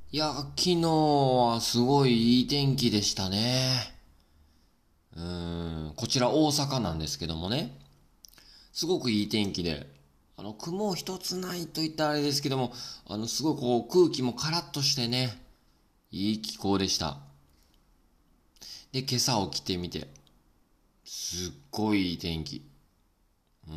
いや、昨日はすごいいい天気でしたね。こちら大阪なんですけどもね。すごくいい天気で、雲一つないと言ったらあれですけども、すごいこう空気もカラッとしてね、いい気候でした。で、今朝起きてみて、すっごいいい天気。うん。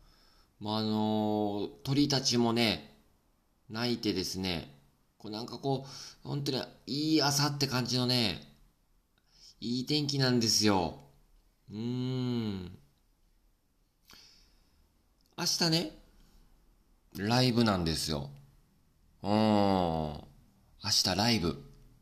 鳥たちもね、鳴いてですね、なんかこう、本当にいい朝って感じのね、いい天気なんですよ。うーん。明日ね、ライブなんですよ。明日ライブ。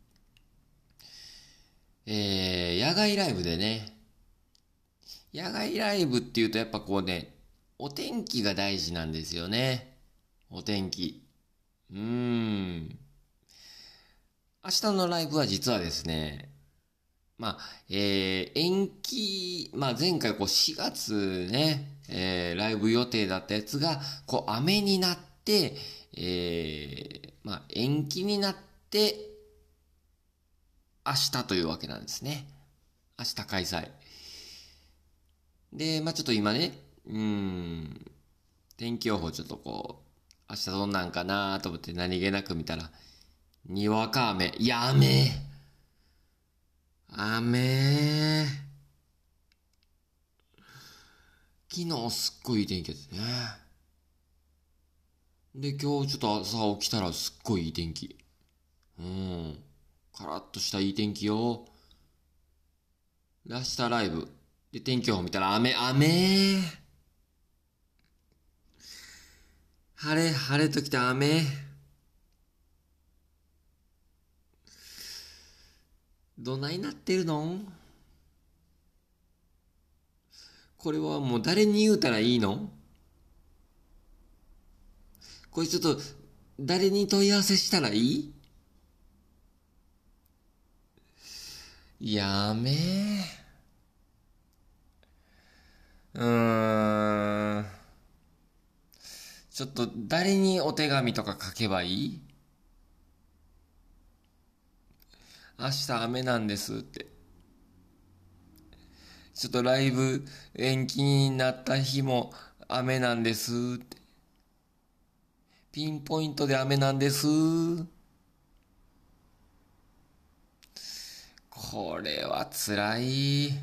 野外ライブでね。野外ライブっていうとやっぱこうね、お天気が大事なんですよね。お天気。うーん。明日のライブは実はですね、延期、前回こう4月ね、ライブ予定だったやつが、こう雨になって、延期になって、明日というわけなんですね。明日開催。で、ちょっと今ね、天気予報ちょっとこう、明日どんなんかなと思って何気なく見たら、にわか雨。いや、雨。昨日すっごいいい天気ですね。で、今日ちょっと朝起きたらすっごいいい天気。うん。カラッとしたいい天気よ。で、明日ライブ。で、天気予報見たら雨。晴れときた雨。どないなってるの？これはもう誰に言うたらいいの？これちょっと、誰に問い合わせしたらいい？やめ。ちょっと誰にお手紙とか書けばいい？明日雨なんですって。ちょっとライブ延期になった日も雨なんですって。ピンポイントで雨なんです。これは辛い。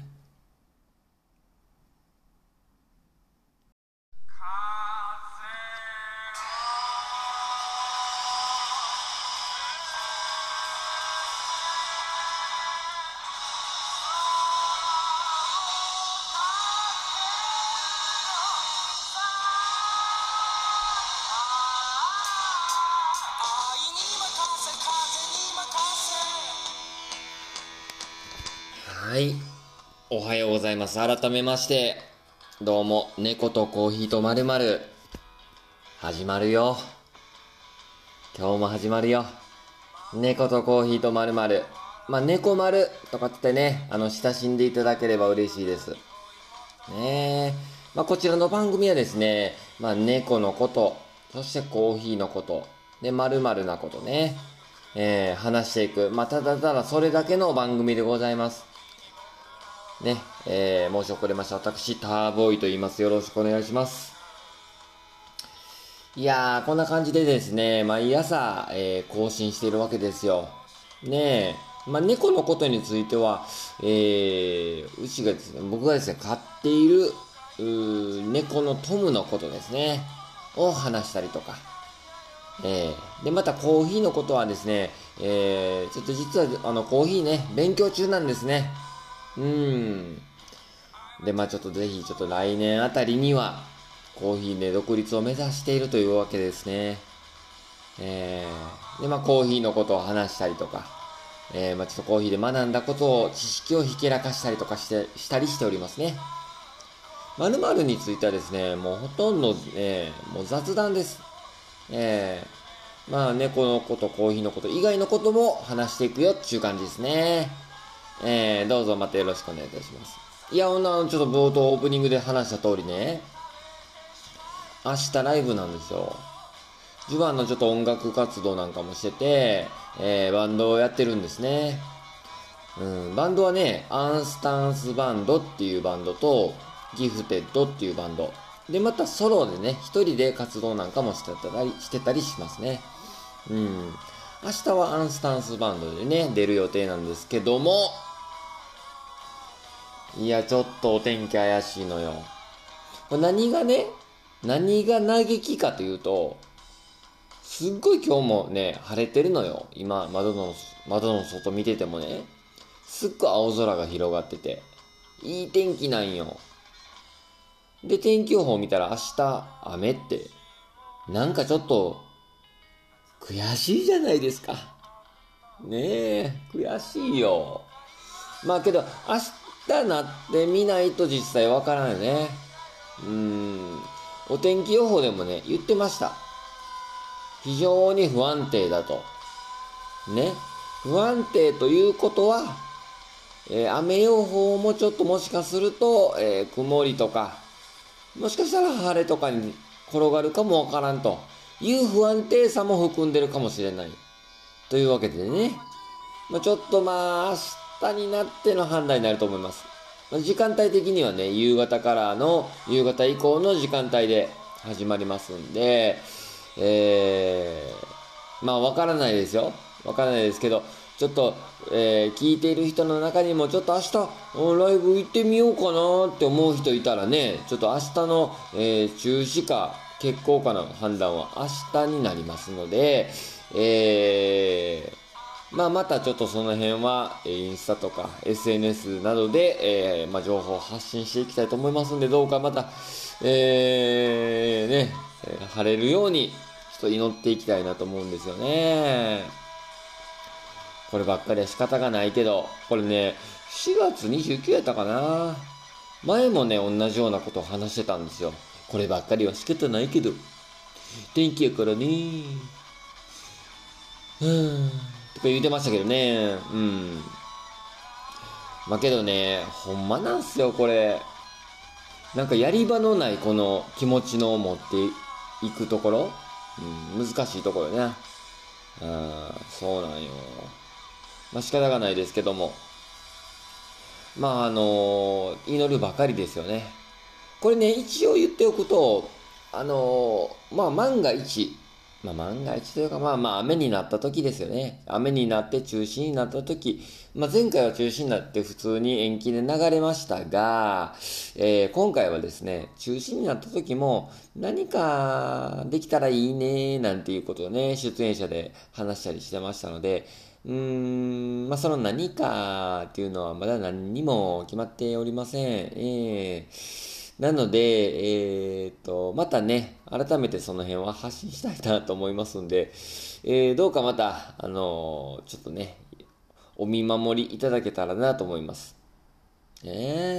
はい。おはようございます。改めまして。どうも、猫とコーヒーとまるまる。始まるよ。今日も始まるよ。猫とコーヒーとまるまる。猫丸とかってね、親しんでいただければ嬉しいです。ねえ。こちらの番組はですね、猫のこと、そしてコーヒーのこと、で、〇〇なことね、話していく。ただただそれだけの番組でございます。ね、申し遅れました。私、ターボーイと言います。よろしくお願いします。いやー、こんな感じでですね、毎朝、更新しているわけですよ。ねえ、猫のことについては、うちがですね、僕がですね、飼っている、猫のトムのことですね、を話したりとか、で、またコーヒーのことはですね、ちょっと実は、コーヒーね、勉強中なんですね。うん。で、ちょっとぜひ、ちょっと来年あたりには、コーヒーで独立を目指しているというわけですね。で、コーヒーのことを話したりとか、ちょっとコーヒーで学んだことを、知識をひけらかしたりとかしたりしておりますね。〇〇についてはですね、もうほとんど、もう雑談です。猫のこと、コーヒーのこと、以外のことも話していくよっていう感じですね。どうぞまたよろしくお願いいたします。いや、ちょっと冒頭オープニングで話した通りね、明日ライブなんですよ。 自分はちょっと音楽活動なんかもしてて、バンドをやってるんですね。バンドはね、アンスタンスバンドっていうバンドと、ギフテッドっていうバンド。で、またソロでね、一人で活動なんかもしてたりしますね。明日はアンスタンスバンドでね、出る予定なんですけども、いや、ちょっとお天気怪しいのよ。これ何が嘆きかというと、すっごい今日もね、晴れてるのよ。今、窓の外見ててもね、すっごい青空が広がってて、いい天気なんよ。で、天気予報見たら明日雨って、なんかちょっと悔しいじゃないですか。ねえ、悔しいよ。まあけど、明日なってみないと実際わからんよね。お天気予報でもね、言ってました。非常に不安定だと。ね。不安定ということは、雨予報もちょっともしかすると、曇りとか、もしかしたら晴れとかに転がるかもわからんという不安定さも含んでるかもしれない。というわけでね、ちょっと明日になっての判断になると思います。時間帯的にはね、夕方以降の時間帯で始まりますんで、わからないですよ。わからないですけど、ちょっと、聞いている人の中にも、ちょっと明日、ライブ行ってみようかなって思う人いたらね、ちょっと明日の、中止か決行かの判断は明日になりますので、またちょっとその辺は、インスタとか SNS などで、情報を発信していきたいと思いますんで、どうかまた、晴れるように、ちょっと祈っていきたいなと思うんですよね。こればっかりは仕方がないけど、これね、4月29やったかな。前もね、同じようなことを話してたんですよ。こればっかりは仕方ないけど、天気やからね。とか言うてましたけどね。けどね、ほんまなんすよ、これ。なんかやり場のないこの気持ちの持っていくところ、難しいところね。そうなんよ。仕方がないですけども。祈るばかりですよね。これね、一応言っておくと、万が一というか、雨になった時ですよね。雨になって中止になった時、前回は中止になって普通に延期で流れましたが、今回はですね、中止になった時も何かできたらいいね、なんていうことをね、出演者で話したりしてましたので、その何かっていうのはまだ何にも決まっておりません。なので、またね、改めてその辺は発信したいなと思いますんで、どうかまた、ちょっとね、お見守りいただけたらなと思います。い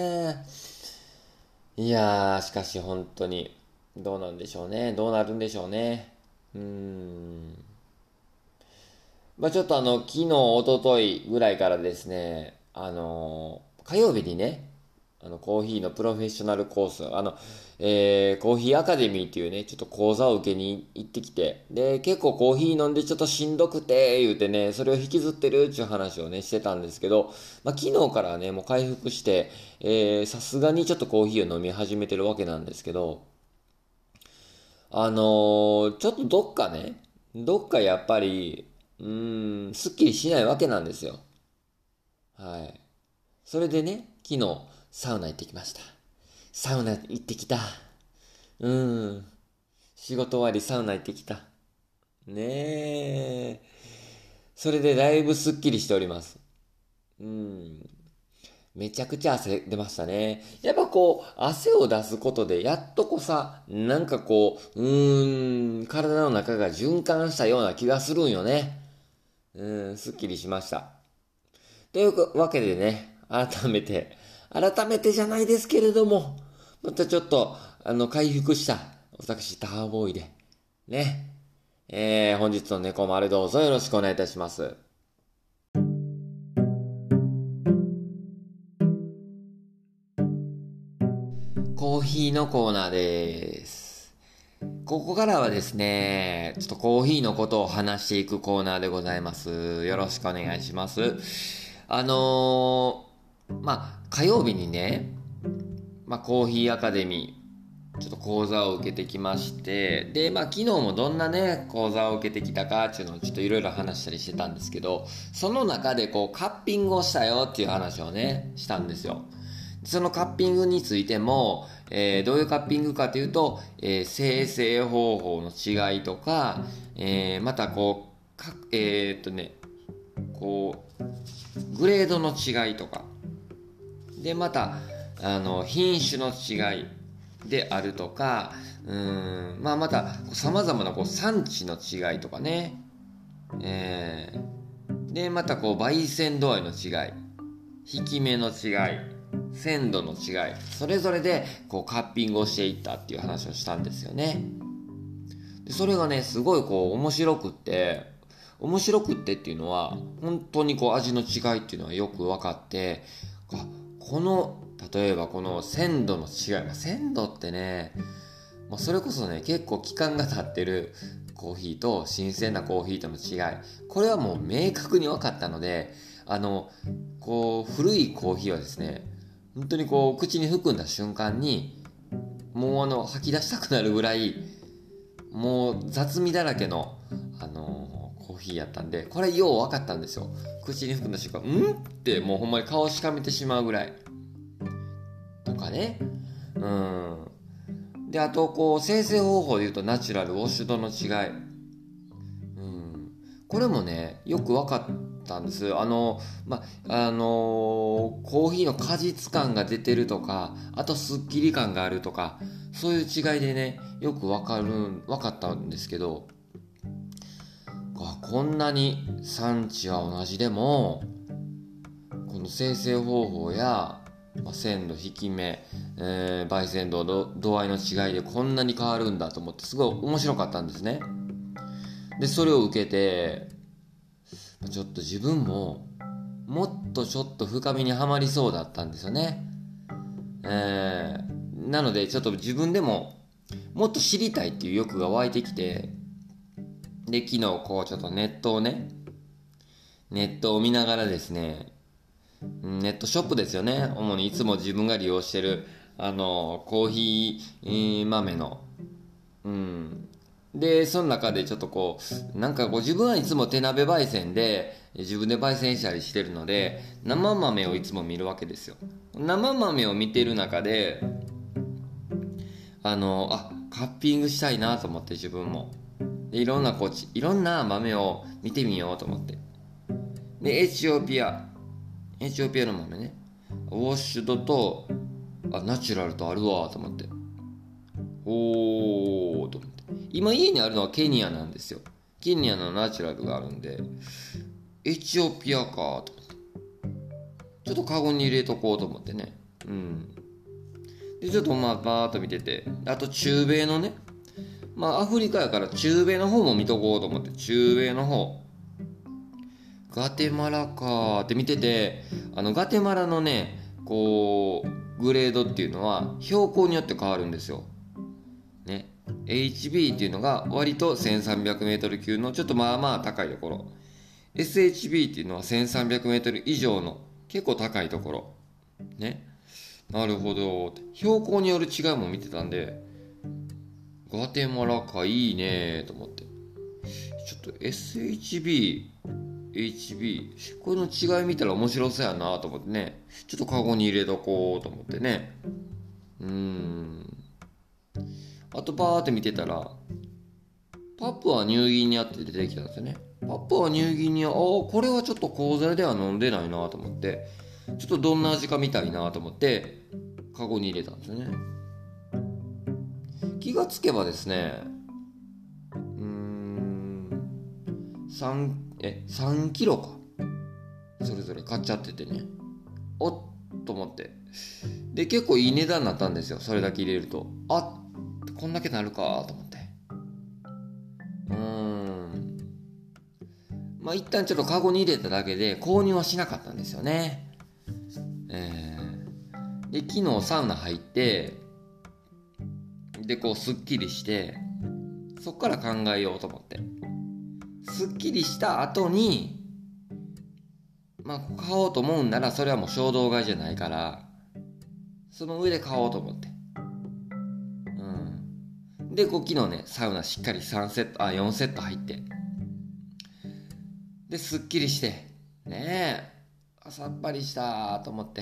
やー、しかし本当に、どうなんでしょうね。どうなるんでしょうね。ちょっと昨日、一昨日ぐらいからですね、火曜日にね、コーヒーのプロフェッショナルコース、コーヒーアカデミーっていうね、ちょっと講座を受けに行ってきて、で、結構コーヒー飲んでちょっとしんどくて、言うてね、それを引きずってるっていう話をね、してたんですけど、昨日からね、もう回復して、さすがにちょっとコーヒーを飲み始めてるわけなんですけど、ちょっとどっかやっぱり、すっきりしないわけなんですよ。はい。それでね、昨日、サウナ行ってきました。サウナ行ってきた。仕事終わりサウナ行ってきた。ねえ。それでだいぶすっきりしております。めちゃくちゃ汗出ましたね。やっぱこう、汗を出すことで、やっとなんか体の中が循環したような気がするんよね。すっきりしました。というわけでね、改めてじゃないですけれども、またちょっと、回復した、私、ターボーイで、ね、本日の猫丸どうぞよろしくお願いいたします。コーヒーのコーナーです。 ここからはですね、ちょっとコーヒーのことを話していくコーナーでございます。よろしくお願いします。火曜日にね、コーヒーアカデミー、ちょっと講座を受けてきまして、で、昨日もどんなね、講座を受けてきたかっていうのをちょっといろいろ話したりしてたんですけど、その中でカッピングをしたよっていう話をね、したんですよ。そのカッピングについても、どういうカッピングかというと、生成方法の違いとか、またグレードの違いとか、で、また、品種の違いであるとか、また、様々な産地の違いとかね、で、また焙煎度合いの違い、引き目の違い、鮮度の違い、それぞれでカッピングをしていったっていう話をしたんですよね。でそれがね、すごい面白くってっていうのは、本当に味の違いっていうのはよく分かって、例えばこの鮮度の違い、鮮度ってね、それこそね、結構期間が経ってるコーヒーと新鮮なコーヒーとの違い、これはもう明確に分かったので、古いコーヒーはですね、本当に口に含んだ瞬間にもう吐き出したくなるぐらいもう雑味だらけのコーヒーやったんで、これよう分かったんですよ。口に含んだ瞬間ってもうほんまに顔しかめてしまうぐらいとかね。で、あと生成方法でいうとナチュラルウォッシュドの違い、これもねよく分かったんです。コーヒーの果実感が出てるとか、あとスッキリ感があるとか、そういう違いでねよく分かったんですけど、こんなに産地は同じでもこの生成方法や鮮度、引き目、焙煎度、度合いの違いでこんなに変わるんだと思って、すごい面白かったんですね。でそれを受けて、ちょっと自分ももっとちょっと深みにはまりそうだったんですよね。なのでちょっと自分でももっと知りたいっていう欲が湧いてきて、で昨日ちょっとネットを見ながらですね、ネットショップですよね、主にいつも自分が利用してるコーヒー豆のでその中でちょっと自分はいつも手鍋焙煎で自分で焙煎したりしてるので、生豆をいつも見るわけですよ。生豆を見てる中でカッピングしたいなと思って、自分もでいろんな豆を見てみようと思って、でエチオピアの豆ね、ウォッシュドとナチュラルとあるわと思って、おーと思って、今家にあるのはケニアなんですよ。ケニアのナチュラルがあるんで、エチオピアかと思って、ちょっとカゴに入れとこうと思ってね。でちょっとバーっと見てて、あと中米のね、アフリカやから中米の方も見とこうと思って、中米の方ガテマラかって見てて、ガテマラのねグレードっていうのは標高によって変わるんですよね。HB っていうのが割と 1300m 級のちょっと高いところ、 SHB っていうのは 1300m 以上の結構高いところね。なるほど、標高による違いも見てたんで、ガテマラかいいねと思って、ちょっと SHB、HB これの違い見たら面白そうやなと思ってね、ちょっとカゴに入れとこうと思ってね。あとバーって見てたらパプアニューギニアって出てきたんですよね。パプアニューギニア、これはちょっと講座では飲んでないなと思って、ちょっとどんな味か見たいなと思ってカゴに入れたんですよね。気がつけばですね、3キロかそれぞれ買っちゃっててね、おっと思って、で結構いい値段になったんですよ。それだけ入れるとこんだけなるかと思って、一旦ちょっとカゴに入れただけで購入はしなかったんですよね。で昨日サウナ入って、ですっきりして、 そっから考えようと思って。すっきりした後に、買おうと思うんなら、それはもう衝動買いじゃないから、その上で買おうと思って。で、昨日ね、サウナしっかり4セット入って、で、すっきりして、ねえ、さっぱりしたと思って。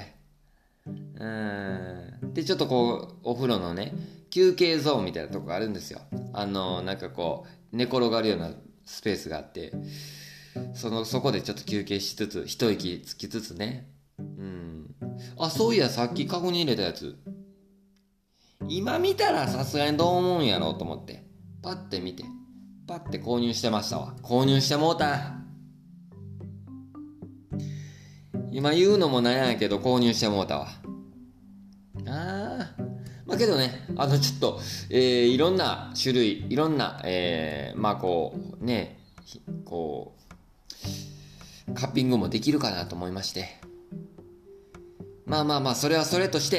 で、ちょっとお風呂のね、休憩ゾーンみたいなとこがあるんですよ。寝転がるようなスペースがあって、そこでちょっと休憩しつつ、一息つきつつね。そういや、さっきカゴに入れたやつ。今見たらさすがにどう思うんやろうと思って、パッて見て、パッて購入してましたわ。購入してもうた。今言うのもなんやけど購入してもうたわ。けどね、ちょっと、いろんな種類、いろんな、カッピングもできるかなと思いまして。それはそれとして、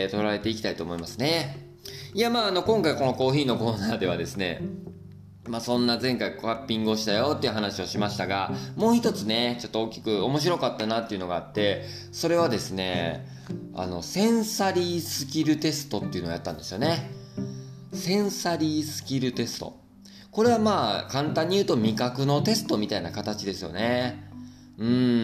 捉えていきたいと思いますね。いや、今回このコーヒーのコーナーではですね、そんな前回カッピングをしたよっていう話をしましたが、もう一つね、ちょっと大きく面白かったなっていうのがあって、それはですね、センサリースキルテストっていうのをやったんですよね。センサリースキルテスト。これは簡単に言うと味覚のテストみたいな形ですよね。どう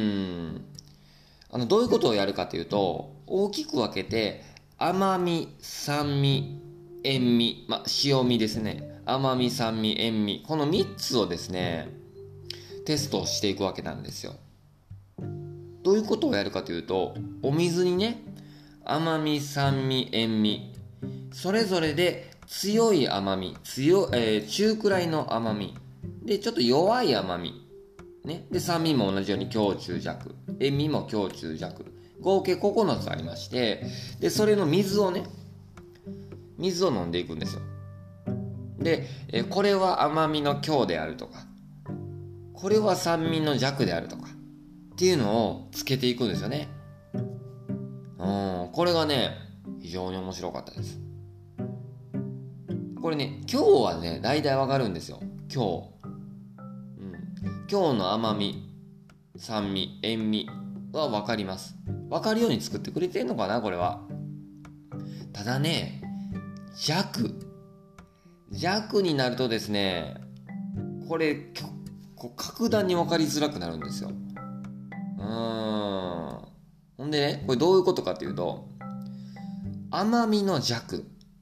いうことをやるかというと、大きく分けて、甘み、酸味、塩味、塩味ですね。甘み、酸味、塩味。この3つをですね、テストをしていくわけなんですよ。どういうことをやるかというと、お水にね、甘み、酸味、塩味、それぞれで強い甘み、中くらいの甘み、で、ちょっと弱い甘み、ね。で、酸味も同じように強中弱、塩味も強中弱、合計9つありまして、で、それの水を飲んでいくんですよ。で、これは甘みの強であるとか、これは酸味の弱であるとかっていうのをつけていくんですよね。これがね、非常に面白かったです。これね、今日はね、大体わかるんですよ。今日の甘み、酸味、塩味はわかります。わかるように作ってくれてんのかな、これは。ただね、弱になるとですね、これ格段に分かりづらくなるんですよ。ほんでね、これどういうことかというと、甘みの弱、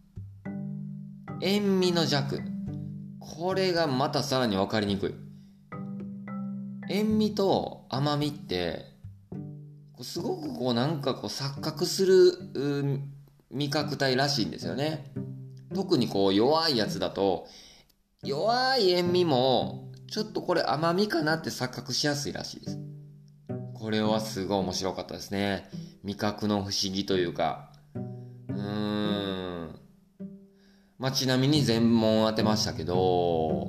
塩味の弱、これがまたさらに分かりにくい。塩味と甘みってすごく錯覚する味覚体らしいんですよね。特に弱いやつだと、弱い塩味もちょっとこれ甘みかなって錯覚しやすいらしいです。これはすごい面白かったですね。味覚の不思議というか。ちなみに全問当てましたけど、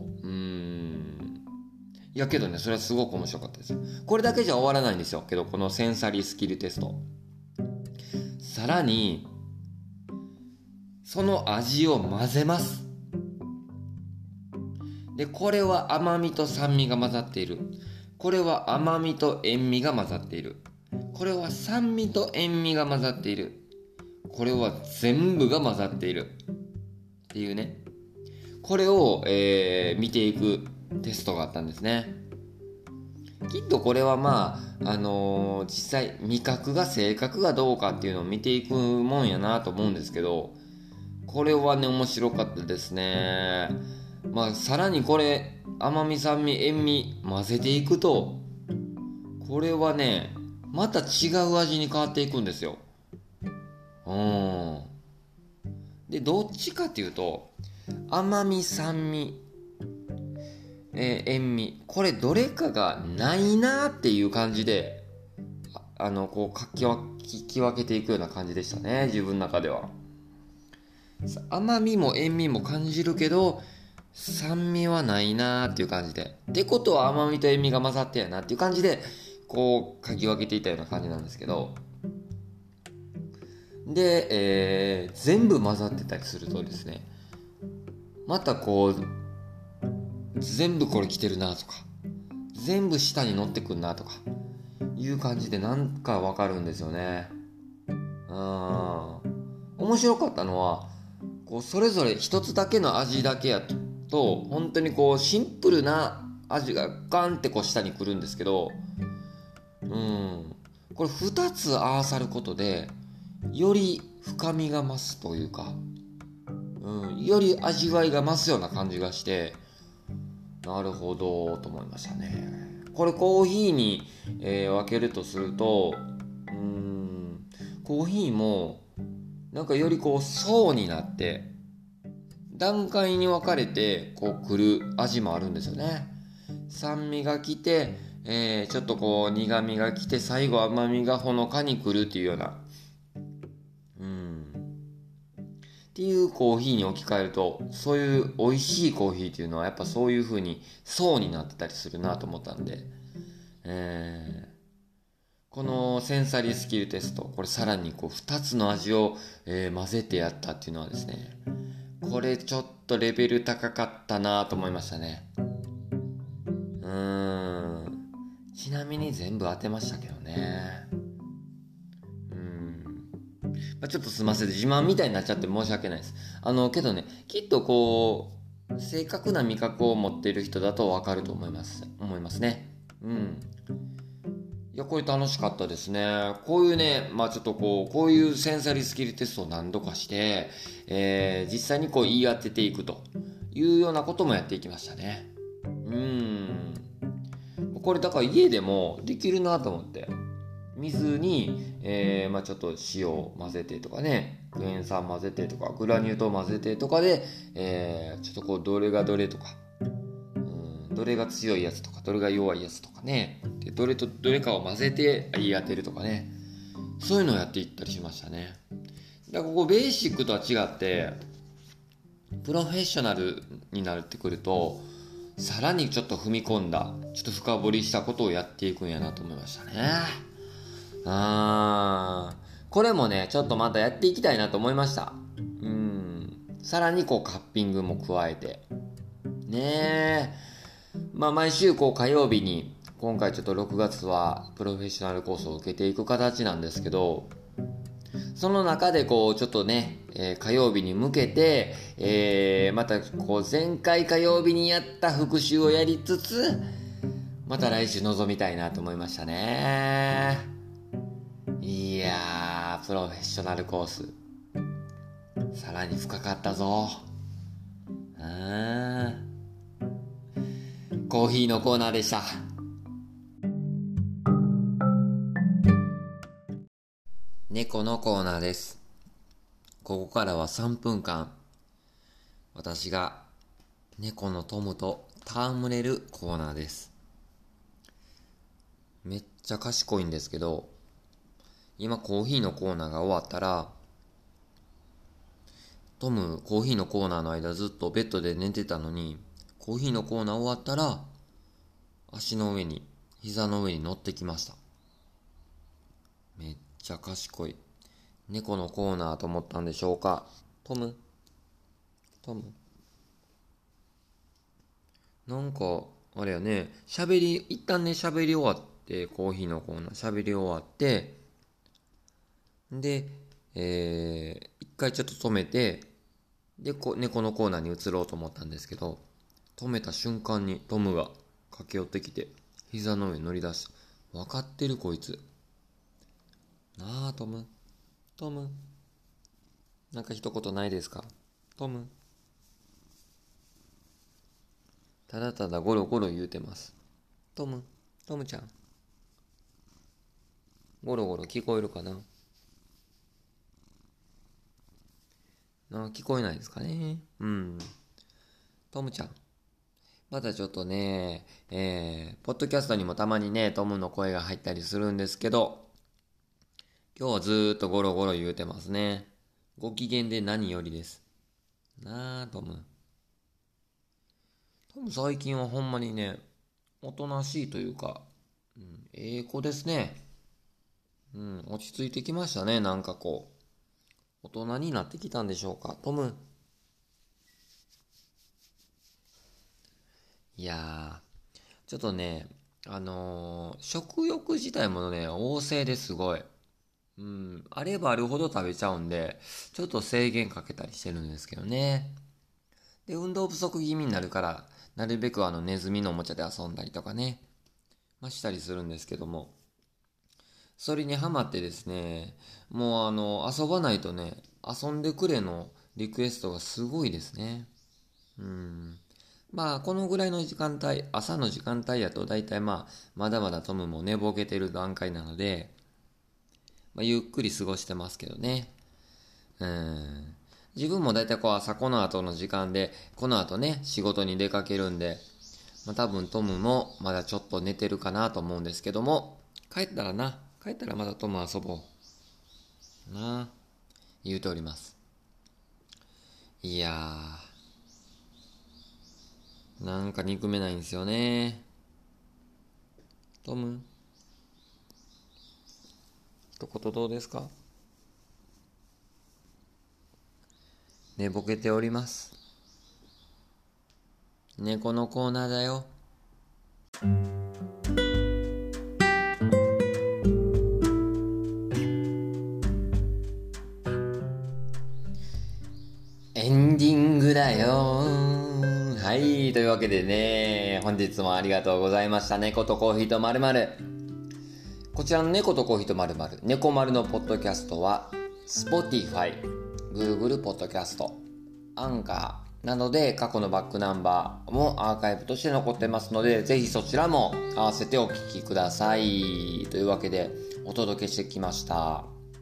いやけどね、それはすごく面白かったですよ。これだけじゃ終わらないんですよ。けど、このセンサリースキルテスト。さらに、その味を混ぜます。で、これは甘みと酸味が混ざっている。これは甘みと塩味が混ざっている。これは酸味と塩味が混ざっている。これは全部が混ざっている。っていうね。これを、見ていくテストがあったんですね。きっとこれは実際味覚が正確かどうかっていうのを見ていくもんやなと思うんですけど、これはね、面白かったですね。さらにこれ、甘み、酸味、塩味混ぜていくと、これはね、また違う味に変わっていくんですよ。で、どっちかっていうと、甘み、酸味、塩味、これどれかがないなっていう感じで、聞き分けていくような感じでしたね、自分の中では。甘みも塩味も感じるけど、酸味はないなーっていう感じで。ってことは甘みと塩味が混ざってやなっていう感じで、嗅ぎ分けていたような感じなんですけど。で、全部混ざってたりするとですね、また全部これ来てるなとか、全部下に乗ってくんなとかいう感じでなんかわかるんですよね。面白かったのはこうそれぞれ一つだけの味だけやと本当にこうシンプルな味がガンってこう下に来るんですけど、これ2つ合わさることでより深みが増すというか、より味わいが増すような感じがして、なるほどと思いましたね。これコーヒーに、分けるとすると、コーヒーもなんかよりこう層になって段階に分かれてこう来る味もあるんですよね。酸味が来て、ちょっとこう苦味が来て最後甘みがほのかに来るっていうような、っていうコーヒーに置き換えると、そういう美味しいコーヒーっていうのはやっぱそういう風に層になってたりするなと思ったんで、このセンサリースキルテスト、これさらにこう2つの味を、混ぜてやったっていうのはですね、これちょっとレベル高かったなと思いましたね。ちなみに全部当てましたけどね。ちょっとすいません、自慢みたいになっちゃって申し訳ないです。けどね、きっとこう正確な味覚を持っている人だと分かると思いますね。いや、これ楽しかったですね。こういうね、ちょっとこういうセンサリースキルテストを何度かして、実際にこう言い当てていくというようなこともやっていきましたね。これだから家でもできるなと思って。水に、ちょっと塩を混ぜてとかね、クエン酸混ぜてとか、グラニュー糖混ぜてとかで、ちょっとこうどれがどれとか、どれが強いやつとか、どれが弱いやつとかね、でどれとどれかを混ぜて言い当てるとかね、そういうのをやっていったりしましたね。だからここベーシックとは違って、プロフェッショナルになってくると、さらにちょっと踏み込んだ、ちょっと深掘りしたことをやっていくんやなと思いましたね。これもね、ちょっとまたやっていきたいなと思いました。さらにこうカッピングも加えて。ねえ。毎週こう火曜日に、今回ちょっと6月はプロフェッショナルコースを受けていく形なんですけど、その中でこうちょっとね、火曜日に向けて、またこう前回火曜日にやった復習をやりつつ、また来週臨みたいなと思いましたね。いやー、プロフェッショナルコース。さらに深かったぞ。コーヒーのコーナーでした。猫のコーナーです。ここからは3分間、私が猫のトムと戯れるコーナーです。めっちゃ賢いんですけど、今コーヒーのコーナーが終わったら、トムコーヒーのコーナーの間ずっとベッドで寝てたのに、コーヒーのコーナー終わったら足の上に、膝の上に乗ってきました。めっちゃ賢い。猫のコーナーと思ったんでしょうか。トムなんかあれやね、一旦ね喋り終わって、コーヒーのコーナー喋り終わって、で、一回ちょっと止めて、で、猫のコーナーに移ろうと思ったんですけど、止めた瞬間にトムが駆け寄ってきて、膝の上に乗り出した。分かってるこいつ。なあ、トム。なんか一言ないですか？トム。ただただゴロゴロ言うてます。トムちゃん。ゴロゴロ聞こえるかな？聞こえないですかね。トムちゃん。またちょっとね、ポッドキャストにもたまにね、トムの声が入ったりするんですけど、今日はずーっとゴロゴロ言うてますね。ご機嫌で何よりです。なあ、トム最近はほんまにね、おとなしいというか、ええ子ですね。落ち着いてきましたね。なんかこう、大人になってきたんでしょうか。トム。 いやちょっとね、食欲自体もね、旺盛ですごい。あればあるほど食べちゃうんで、ちょっと制限かけたりしてるんですけどね。で、運動不足気味になるから、なるべくネズミのおもちゃで遊んだりとかね、したりするんですけども、それにハマってですね、もう遊ばないとね、遊んでくれのリクエストがすごいですね。うん。まあ、このぐらいの時間帯、朝の時間帯やと、だいたいまだまだトムも寝ぼけてる段階なので、ゆっくり過ごしてますけどね。うん。自分もだいたい朝この後の時間で、この後ね、仕事に出かけるんで、多分トムもまだちょっと寝てるかなと思うんですけども、帰ったらまたトム遊ぼう。言うております。いやなんか憎めないんですよね。トム、一言どうですか？寝ぼけております。猫のコーナーだよ。エンディングだよ。はい、というわけでね、本日もありがとうございました。猫とコーヒーとまるまる。こちらの猫とコーヒーとまるまる、猫丸のポッドキャストは、Spotify、Google ポッドキャスト、アンカーなどで過去のバックナンバーもアーカイブとして残ってますので、ぜひそちらも合わせてお聞きください。というわけで、お届けしてきました。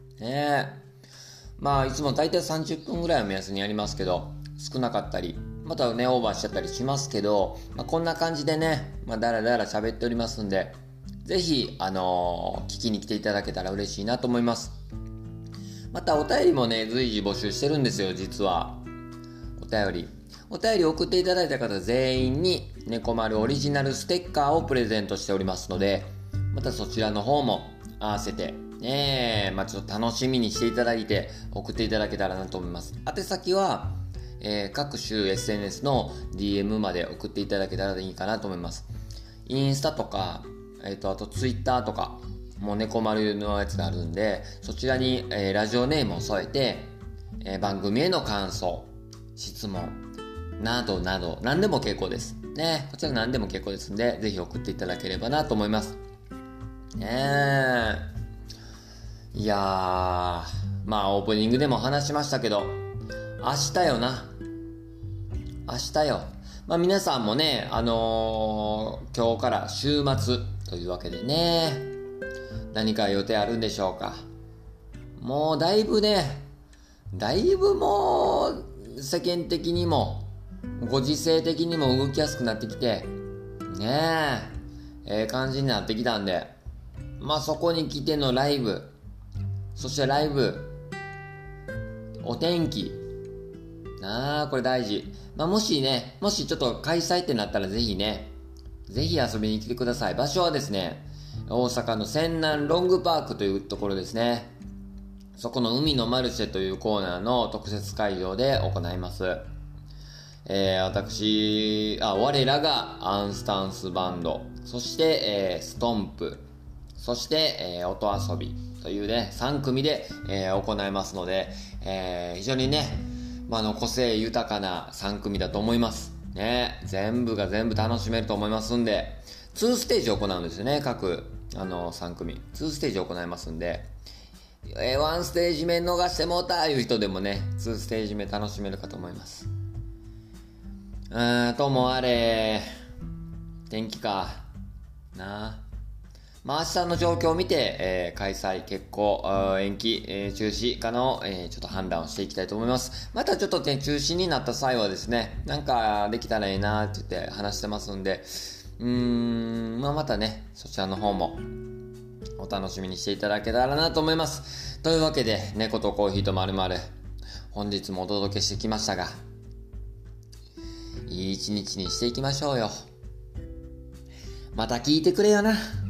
いつも大体30分ぐらいを目安にやりますけど、少なかったり、またね、オーバーしちゃったりしますけど、こんな感じでね、だらだら喋っておりますんで、ぜひ、聞きに来ていただけたら嬉しいなと思います。またお便りもね、随時募集してるんですよ、実は。お便り送っていただいた方全員に、猫丸オリジナルステッカーをプレゼントしておりますので、またそちらの方も合わせて、ちょっと楽しみにしていただいて、送っていただけたらなと思います。宛先は、各種 SNS の DM まで送っていただけたらいいかなと思います。インスタとか、あとツイッターとか、もう猫丸のやつがあるんで、そちらに、ラジオネームを添えて、番組への感想、質問、などなど、何でも結構です。ね、こちら何でも結構ですんで、ぜひ送っていただければなと思います。いやー、オープニングでも話しましたけど、明日よ。皆さんもね、今日から週末というわけでね、何か予定あるんでしょうか。もうだいぶもう世間的にもご時世的にも動きやすくなってきて、感じになってきたんで、そこに来てのライブ、そしてお天気、これ大事。もしちょっと開催ってなったらぜひ遊びに来てください。場所はですね、大阪の泉南ロングパークというところですね。そこの海のマルシェというコーナーの特設会場で行います。我らがアンスタンスバンド、そして、ストンプ、そして、音遊びというね、3組で、行いますので、非常に個性豊かな3組だと思います。全部が全部楽しめると思いますんで、2ステージを行うんですよね、各、3組。2ステージを行いますんで、1ステージ目逃してもうたいう人でもね、2ステージ目楽しめるかと思います。ともあれ、天気か。明日の状況を見て、開催、決行、延期、中止かの、ちょっと判断をしていきたいと思います。またちょっとね、中止になった際はですね、なんかできたらいいなって言って話してますんで、またね、そちらの方もお楽しみにしていただけたらなと思います。というわけで、猫とコーヒーとまるまる、本日もお届けしてきましたが、いい一日にしていきましょうよ。また聞いてくれよな。